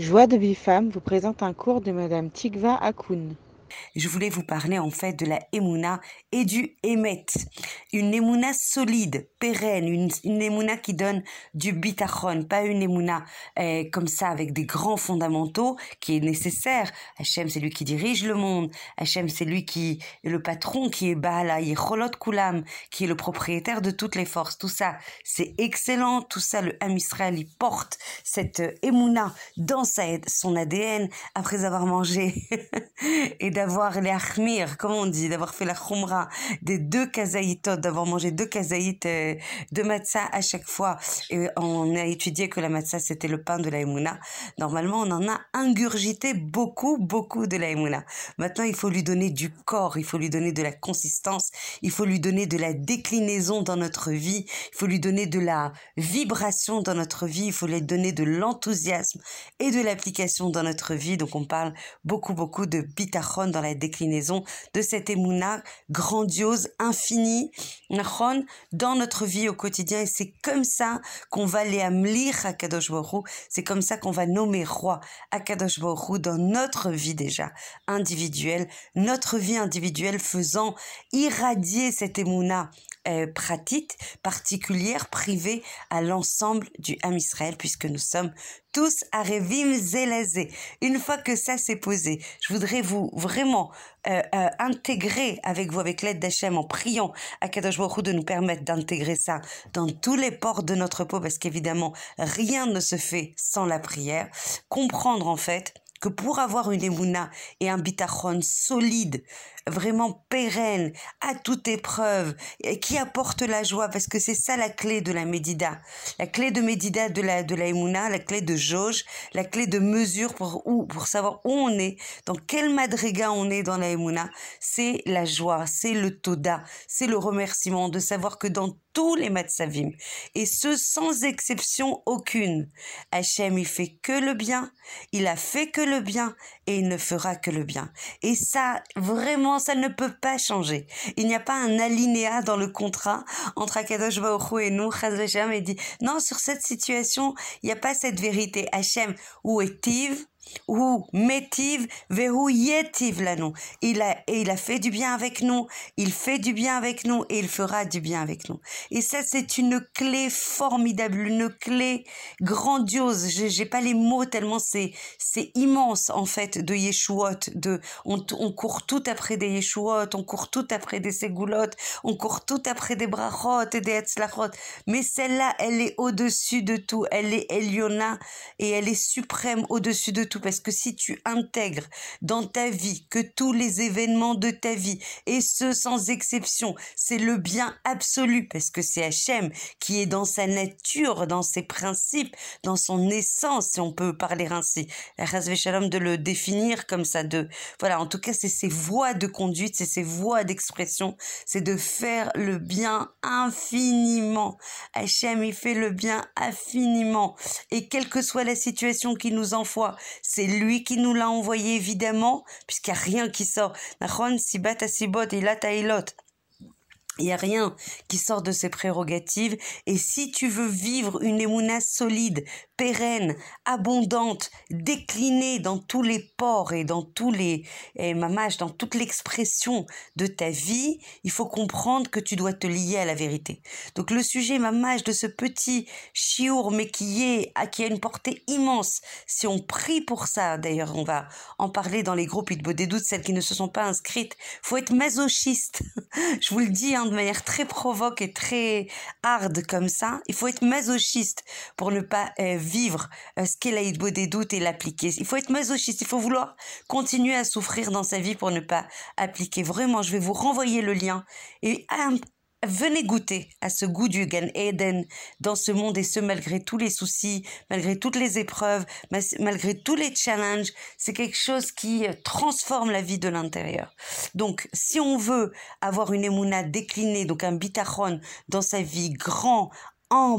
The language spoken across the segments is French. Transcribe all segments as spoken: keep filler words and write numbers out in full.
Joie de Bifam vous présente un cours de Madame Tikva Hakoun. Je voulais vous parler en fait de la Emouna et du Emet. Une Emouna solide, pérenne, une, une Emouna qui donne du bitachon, pas une Emouna euh, comme ça avec des grands fondamentaux qui est nécessaire. Hachem, c'est lui qui dirige le monde. Hachem, c'est lui qui est le patron, qui est Baala, Yecholot Kulam, qui est le propriétaire de toutes les forces. Tout ça, c'est excellent. Tout ça, le Ham Israël, il porte cette Emouna dans sa, son A D N après avoir mangé et d'avoir les achmir, comme on dit, d'avoir fait la khumra des deux kazaïtot, d'avoir mangé deux kazaït euh, de matzah à chaque fois. Et on a étudié que la matzah, c'était le pain de la Emouna. Normalement, on en a ingurgité beaucoup, beaucoup de la Emouna. Maintenant, il faut lui donner du corps, il faut lui donner de la consistance, il faut lui donner de la déclinaison dans notre vie, il faut lui donner de la vibration dans notre vie, il faut lui donner de l'enthousiasme et de l'application dans notre vie. Donc, on parle beaucoup, beaucoup de bitachon dans la déclinaison de cette émouna grandiose, infinie, nachon, dans notre vie au quotidien. Et c'est comme ça qu'on va les amlir à Kadosh Baruch Hu. C'est comme ça qu'on va nommer roi à Kadosh Baruch Hu dans notre vie déjà individuelle, notre vie individuelle faisant irradier cette émouna Euh, pratique, particulière, privée à l'ensemble du Ham Israël, puisque nous sommes tous Arevim Zelazé. Une fois que ça s'est posé, je voudrais vous vraiment euh, euh, intégrer avec vous, avec l'aide d'Hachem, en priant à Kadosh Baruch Hu de nous permettre d'intégrer ça dans tous les pores de notre peau, parce qu'évidemment, rien ne se fait sans la prière. Comprendre en fait que pour avoir une émouna et un bitachon solide, vraiment pérenne, à toute épreuve, qui apporte la joie, parce que c'est ça la clé de la Médida. La clé de Médida de la, de la émouna, la clé de jauge, la clé de mesure pour, où, pour savoir où on est, dans quel madriga on est dans la émouna, c'est la joie, c'est le toda, c'est le remerciement, de savoir que dans tous les matzavim, et ce sans exception aucune, Hachem il fait que le bien, il a fait que le bien, et il ne fera que le bien. Et ça, vraiment, ça ne peut pas changer. Il n'y a pas un alinéa dans le contrat entre Akadosh Baruch Hu et nous, Chaz v'Shalom, et dit, non, sur cette situation, il n'y a pas cette vérité. Hachem, où est-il? Ou métiv vehu yetiv lanu. Il a et il a fait du bien avec nous, il fait du bien avec nous et il fera du bien avec nous. Et ça c'est une clé formidable, une clé grandiose. J'ai, j'ai pas les mots tellement c'est c'est immense en fait de Yeshuot. De on, on court tout après des Yeshuot, on court tout après des Segulot, on court tout après des brachot et des Hetzlachot. Mais celle-là, elle est au-dessus de tout. Elle est Eliona et elle est suprême au-dessus de tout. Parce que si tu intègres dans ta vie que tous les événements de ta vie, et ce sans exception, c'est le bien absolu, parce que c'est Hachem qui est dans sa nature, dans ses principes, dans son essence, si on peut parler ainsi. Chas v'Shalom de le définir comme ça, de voilà, en tout cas c'est ses voies de conduite, c'est ses voies d'expression, c'est de faire le bien infiniment. Hachem il fait le bien infiniment, et quelle que soit la situation qui nous envoie, c'est lui qui nous l'a envoyé évidemment, puisqu'il n'y a rien qui sort. Nachon, sibat asibot, ilat ailot. Il n'y a rien qui sort de ses prérogatives. Et si tu veux vivre une émouna solide, pérenne, abondante, déclinée dans tous les pores et dans tous les eh, mamages, dans toute l'expression de ta vie, il faut comprendre que tu dois te lier à la vérité. Donc le sujet mamage de ce petit chiour, mais qui est, qui a une portée immense. Si on prie pour ça, d'ailleurs, on va en parler dans les groupes Hitbod des doutes, celles qui ne se sont pas inscrites. Faut être masochiste. Je vous le dis, hein, de manière très provoque et très hard comme ça. Il faut être masochiste pour ne pas euh, vivre euh, ce qu'est la Hitbod des doutes et l'appliquer. Il faut être masochiste, il faut vouloir continuer à souffrir dans sa vie pour ne pas appliquer. Vraiment, je vais vous renvoyer le lien et euh, venez goûter à ce goût du Gan Eden dans ce monde, et ce malgré tous les soucis, malgré toutes les épreuves, malgré tous les challenges. C'est quelque chose qui transforme la vie de l'intérieur. Donc, si on veut avoir une émouna déclinée, donc un bitachon dans sa vie grand, ample,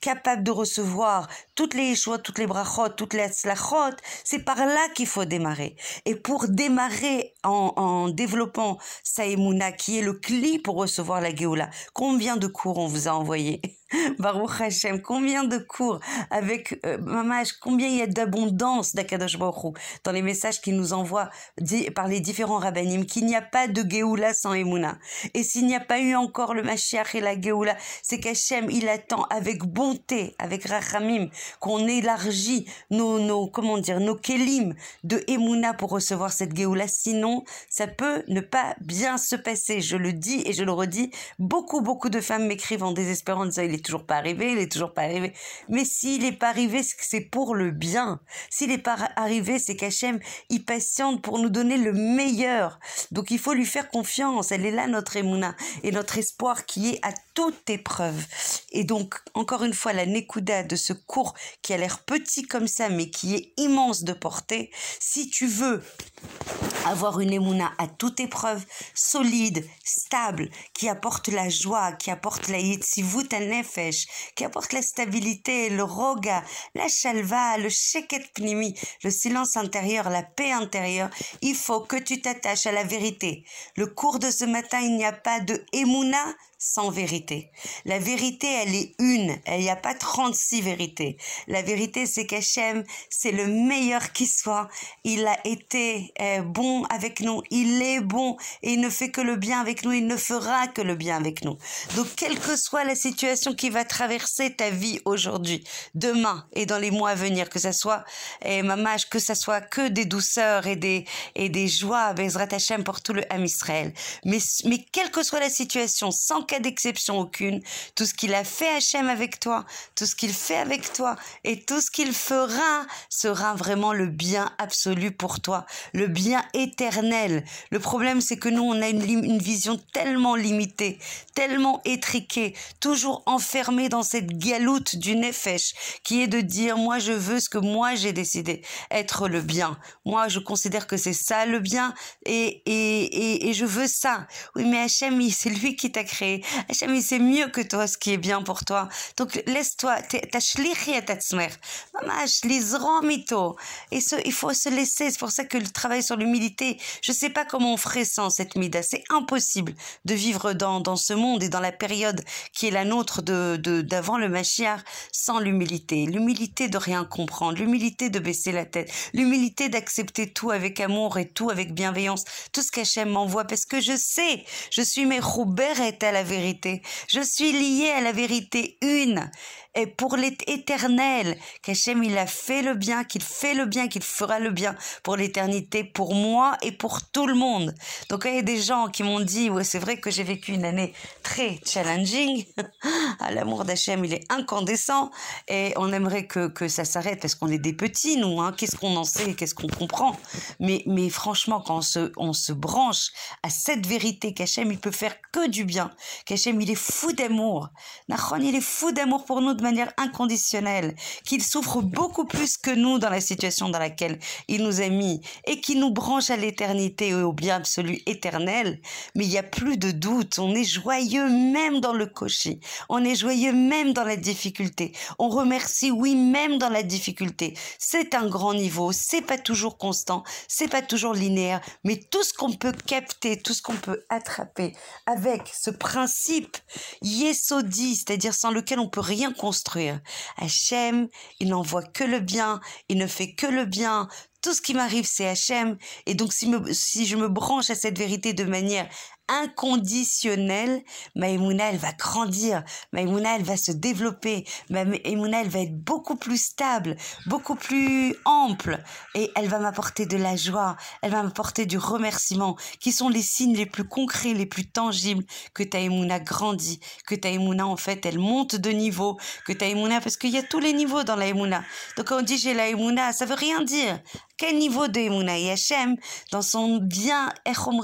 capable de recevoir toutes les choix, toutes les brachot, toutes les slachot, c'est par là qu'il faut démarrer. Et pour démarrer en, en développant sa émouna, qui est le cli pour recevoir la Géoula, combien de cours on vous a envoyé? Baruch Hashem, combien de cours avec euh, Mamash, combien il y a d'abondance d'Akadosh Baruch Hu dans les messages qu'il nous envoie di- par les différents rabbanim, qu'il n'y a pas de Géoula sans Emouna. Et s'il n'y a pas eu encore le Mashiach et la Géoula, c'est qu'Hachem, il attend avec bonté, avec Rachamim, qu'on élargit nos, nos, comment dire, nos kelim de Emouna pour recevoir cette Géoula. Sinon, ça peut ne pas bien se passer. Je le dis et je le redis. Beaucoup, beaucoup de femmes m'écrivent en désespérant, en disant, il est toujours pas arrivé, il est toujours pas arrivé. Mais s'il est pas arrivé, c'est que c'est pour le bien. S'il est pas arrivé, c'est qu'Hachem, il patiente pour nous donner le meilleur. Donc il faut lui faire confiance. Elle est là, notre Emouna, et notre espoir qui est à toute épreuve. Et donc, encore une fois, la Nekuda de ce cours qui a l'air petit comme ça, mais qui est immense de portée. Si tu veux avoir une Emouna à toute épreuve, solide, stable, qui apporte la joie, qui apporte la yitzivut nefesh, qui apporte la stabilité, le roga, la shalva, le sheket pnimi, le silence intérieur, la paix intérieure, il faut que tu t'attaches à la vérité. Le cours de ce matin, il n'y a pas de Emouna sans vérité. La vérité, elle est une. Il n'y a pas trente-six vérités. La vérité, c'est qu'Hachem, c'est le meilleur qui soit. Il a été euh, bon avec nous. Il est bon et il ne fait que le bien avec nous. Il ne fera que le bien avec nous. Donc, quelle que soit la situation qui va traverser ta vie aujourd'hui, demain et dans les mois à venir, que ça soit, eh, mamash, que ça soit que des douceurs et des, et des joies, Bezrat Hachem, pour tout le Ham Israël. Mais, mais quelle que soit la situation, sans cas d'exception aucune, tout ce qu'il a fait Hachem avec toi, tout ce qu'il fait avec toi et tout ce qu'il fera sera vraiment le bien absolu pour toi, le bien éternel. Le problème, c'est que nous, on a une, une vision tellement limitée, tellement étriquée, toujours enfermée dans cette galoute du nefesh, qui est de dire, moi, je veux ce que moi, j'ai décidé, être le bien. Moi, je considère que c'est ça, le bien, et, et, et, et je veux ça. Oui, mais Hachem, c'est lui qui t'a créé. Hachem, il sait mieux que toi ce qui est bien pour toi. Donc, laisse-toi, tashlichi et tatzmer. Mamash, lizrom mito. Et ce, il faut se laisser. C'est pour ça que le travail sur l'humilité, je sais pas comment on ferait sans cette mida. C'est impossible de vivre dans, dans ce monde et dans la période qui est la nôtre de, de, d'avant le Mashiach sans l'humilité. L'humilité de rien comprendre. L'humilité de baisser la tête. L'humilité d'accepter tout avec amour et tout avec bienveillance. Tout ce qu'Hachem m'envoie parce que je sais, je suis mes rouberet à la vérité. Je suis liée à la vérité une. Et pour l'éternel, qu'Hachem il a fait le bien, qu'il fait le bien, qu'il fera le bien pour l'éternité, pour moi et pour tout le monde. Donc il y a des gens qui m'ont dit, ouais c'est vrai que j'ai vécu une année très challenging, ah, l'amour d'Hachem il est incandescent et on aimerait que, que ça s'arrête parce qu'on est des petits nous, hein, qu'est-ce qu'on en sait, qu'est-ce qu'on comprend. Mais, mais franchement quand on se, on se branche à cette vérité qu'Hachem il peut faire que du bien, qu'Hachem il est fou d'amour, Nachon il est fou d'amour pour nous de manière inconditionnelle, qu'il souffre beaucoup plus que nous dans la situation dans laquelle il nous a mis et qui nous branche à l'éternité et au bien absolu éternel. Mais il n'y a plus de doute, on est joyeux même dans le koshi, on est joyeux même dans la difficulté, on remercie oui même dans la difficulté. C'est un grand niveau, c'est pas toujours constant, c'est pas toujours linéaire, mais tout ce qu'on peut capter, tout ce qu'on peut attraper avec ce principe yesodi, c'est-à-dire sans lequel on peut rien construire. Hachem, il n'envoie que le bien, il ne fait que le bien. Tout ce qui m'arrive, c'est Hachem. Et donc, si, me, si je me branche à cette vérité de manière inconditionnelle, ma émouna, elle va grandir, ma émouna, elle va se développer, ma émouna, elle va être beaucoup plus stable, beaucoup plus ample, et elle va m'apporter de la joie, elle va m'apporter du remerciement, qui sont les signes les plus concrets, les plus tangibles, que ta émouna grandit, que ta émouna, en fait, elle monte de niveau, que ta émouna, parce qu'il y a tous les niveaux dans la émouna. Donc, quand on dit j'ai la émouna, ça veut rien dire. Quel niveau de émouna? Et Hachem, dans son bien,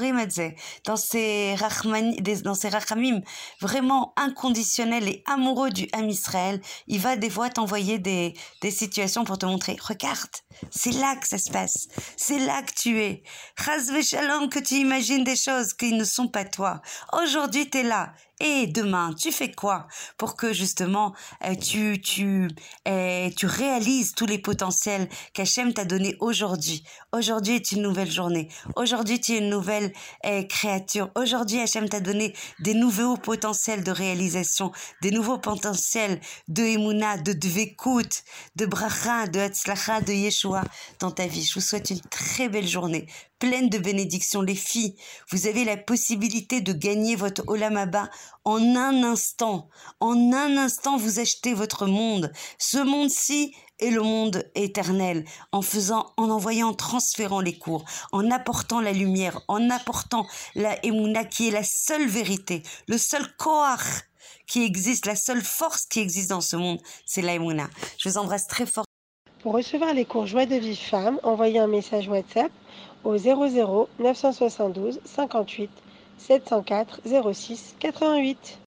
dans ses rachmani, dans ses rachamim, vraiment inconditionnels et amoureux du Ham Israël, il va des fois t'envoyer des, des situations pour te montrer, regarde, c'est là que ça se passe, c'est là que tu es. Chas v'shalom, que tu imagines des choses qui ne sont pas toi. Aujourd'hui, t'es là. Et demain, tu fais quoi pour que justement euh, tu tu euh, tu réalises tous les potentiels qu'Hachem t'a donné aujourd'hui. Aujourd'hui est une nouvelle journée. Aujourd'hui, tu es une nouvelle euh, créature. Aujourd'hui, Hachem t'a donné des nouveaux potentiels de réalisation, des nouveaux potentiels de Emouna, de Dvekut, de Bracha, de Hatzlacha, de Yeshua dans ta vie. Je vous souhaite une très belle journée, pleine de bénédictions. Les filles, vous avez la possibilité de gagner votre Olam Haba en un instant. En un instant, vous achetez votre monde. Ce monde-ci est le monde éternel. En faisant, en envoyant, en transférant les cours, en apportant la lumière, en apportant la Emouna qui est la seule vérité, le seul koach qui existe, la seule force qui existe dans ce monde, c'est la Emouna. Je vous embrasse très fort. Pour recevoir les cours Joie de vie femme, envoyez un message WhatsApp au zéro zéro neuf cent soixante-douze cinquante-huit sept cent quatre zéro six quatre-vingt-huit.